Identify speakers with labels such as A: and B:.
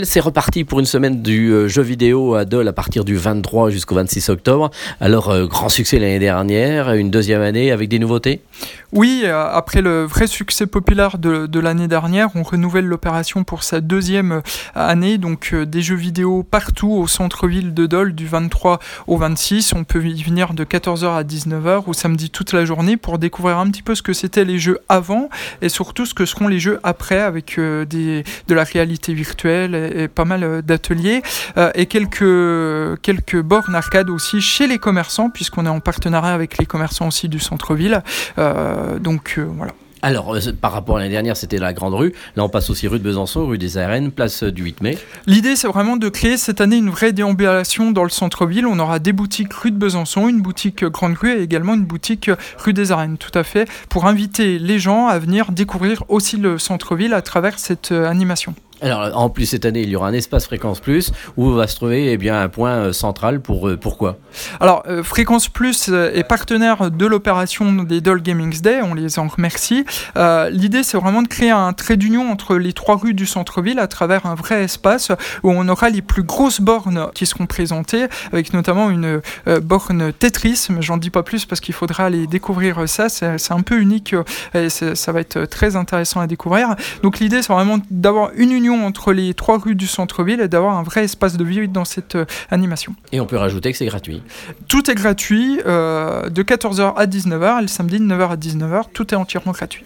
A: C'est reparti pour une semaine du jeu vidéo à Dole à partir du 23 jusqu'au 26 octobre. Alors, grand succès l'année dernière, une deuxième année avec des nouveautés ?
B: Oui, après le vrai succès populaire de l'année dernière, on renouvelle l'opération pour sa deuxième année. Donc des jeux vidéo partout au centre-ville de Dole du 23 au 26. On peut y venir de 14h à 19h ou samedi toute la journée pour découvrir un petit peu ce que c'était les jeux avant et surtout ce que seront les jeux après avec de la réalité virtuelle et pas mal d'ateliers et quelques bornes arcade aussi chez les commerçants puisqu'on est en partenariat avec les commerçants aussi du centre-ville. Voilà.
A: Alors, par rapport à l'année dernière, c'était la Grande Rue. Là, on passe aussi rue de Besançon, rue des Arènes, place du 8 mai.
B: L'idée, c'est vraiment de créer cette année une vraie déambulation dans le centre-ville. On aura des boutiques rue de Besançon, une boutique Grande Rue et également une boutique rue des Arènes, tout à fait, pour inviter les gens à venir découvrir aussi le centre-ville à travers cette animation.
A: Alors, en plus, cette année, il y aura un espace Fréquence Plus où va se trouver un point central pourquoi ?
B: Alors, Fréquence Plus est partenaire de l'opération des Dole Gaming Day, on les en remercie. L'idée, c'est vraiment de créer un trait d'union entre les trois rues du centre-ville à travers un vrai espace où on aura les plus grosses bornes qui seront présentées, avec notamment une borne Tetris, mais j'en dis pas plus parce qu'il faudra aller découvrir ça, c'est un peu unique et ça va être très intéressant à découvrir. Donc l'idée, c'est vraiment d'avoir une union entre les trois rues du centre-ville et d'avoir un vrai espace de vie dans cette animation.
A: Et on peut rajouter que c'est gratuit.
B: Tout est gratuit, de 14h à 19h, et le samedi de 9h à 19h, tout est entièrement gratuit.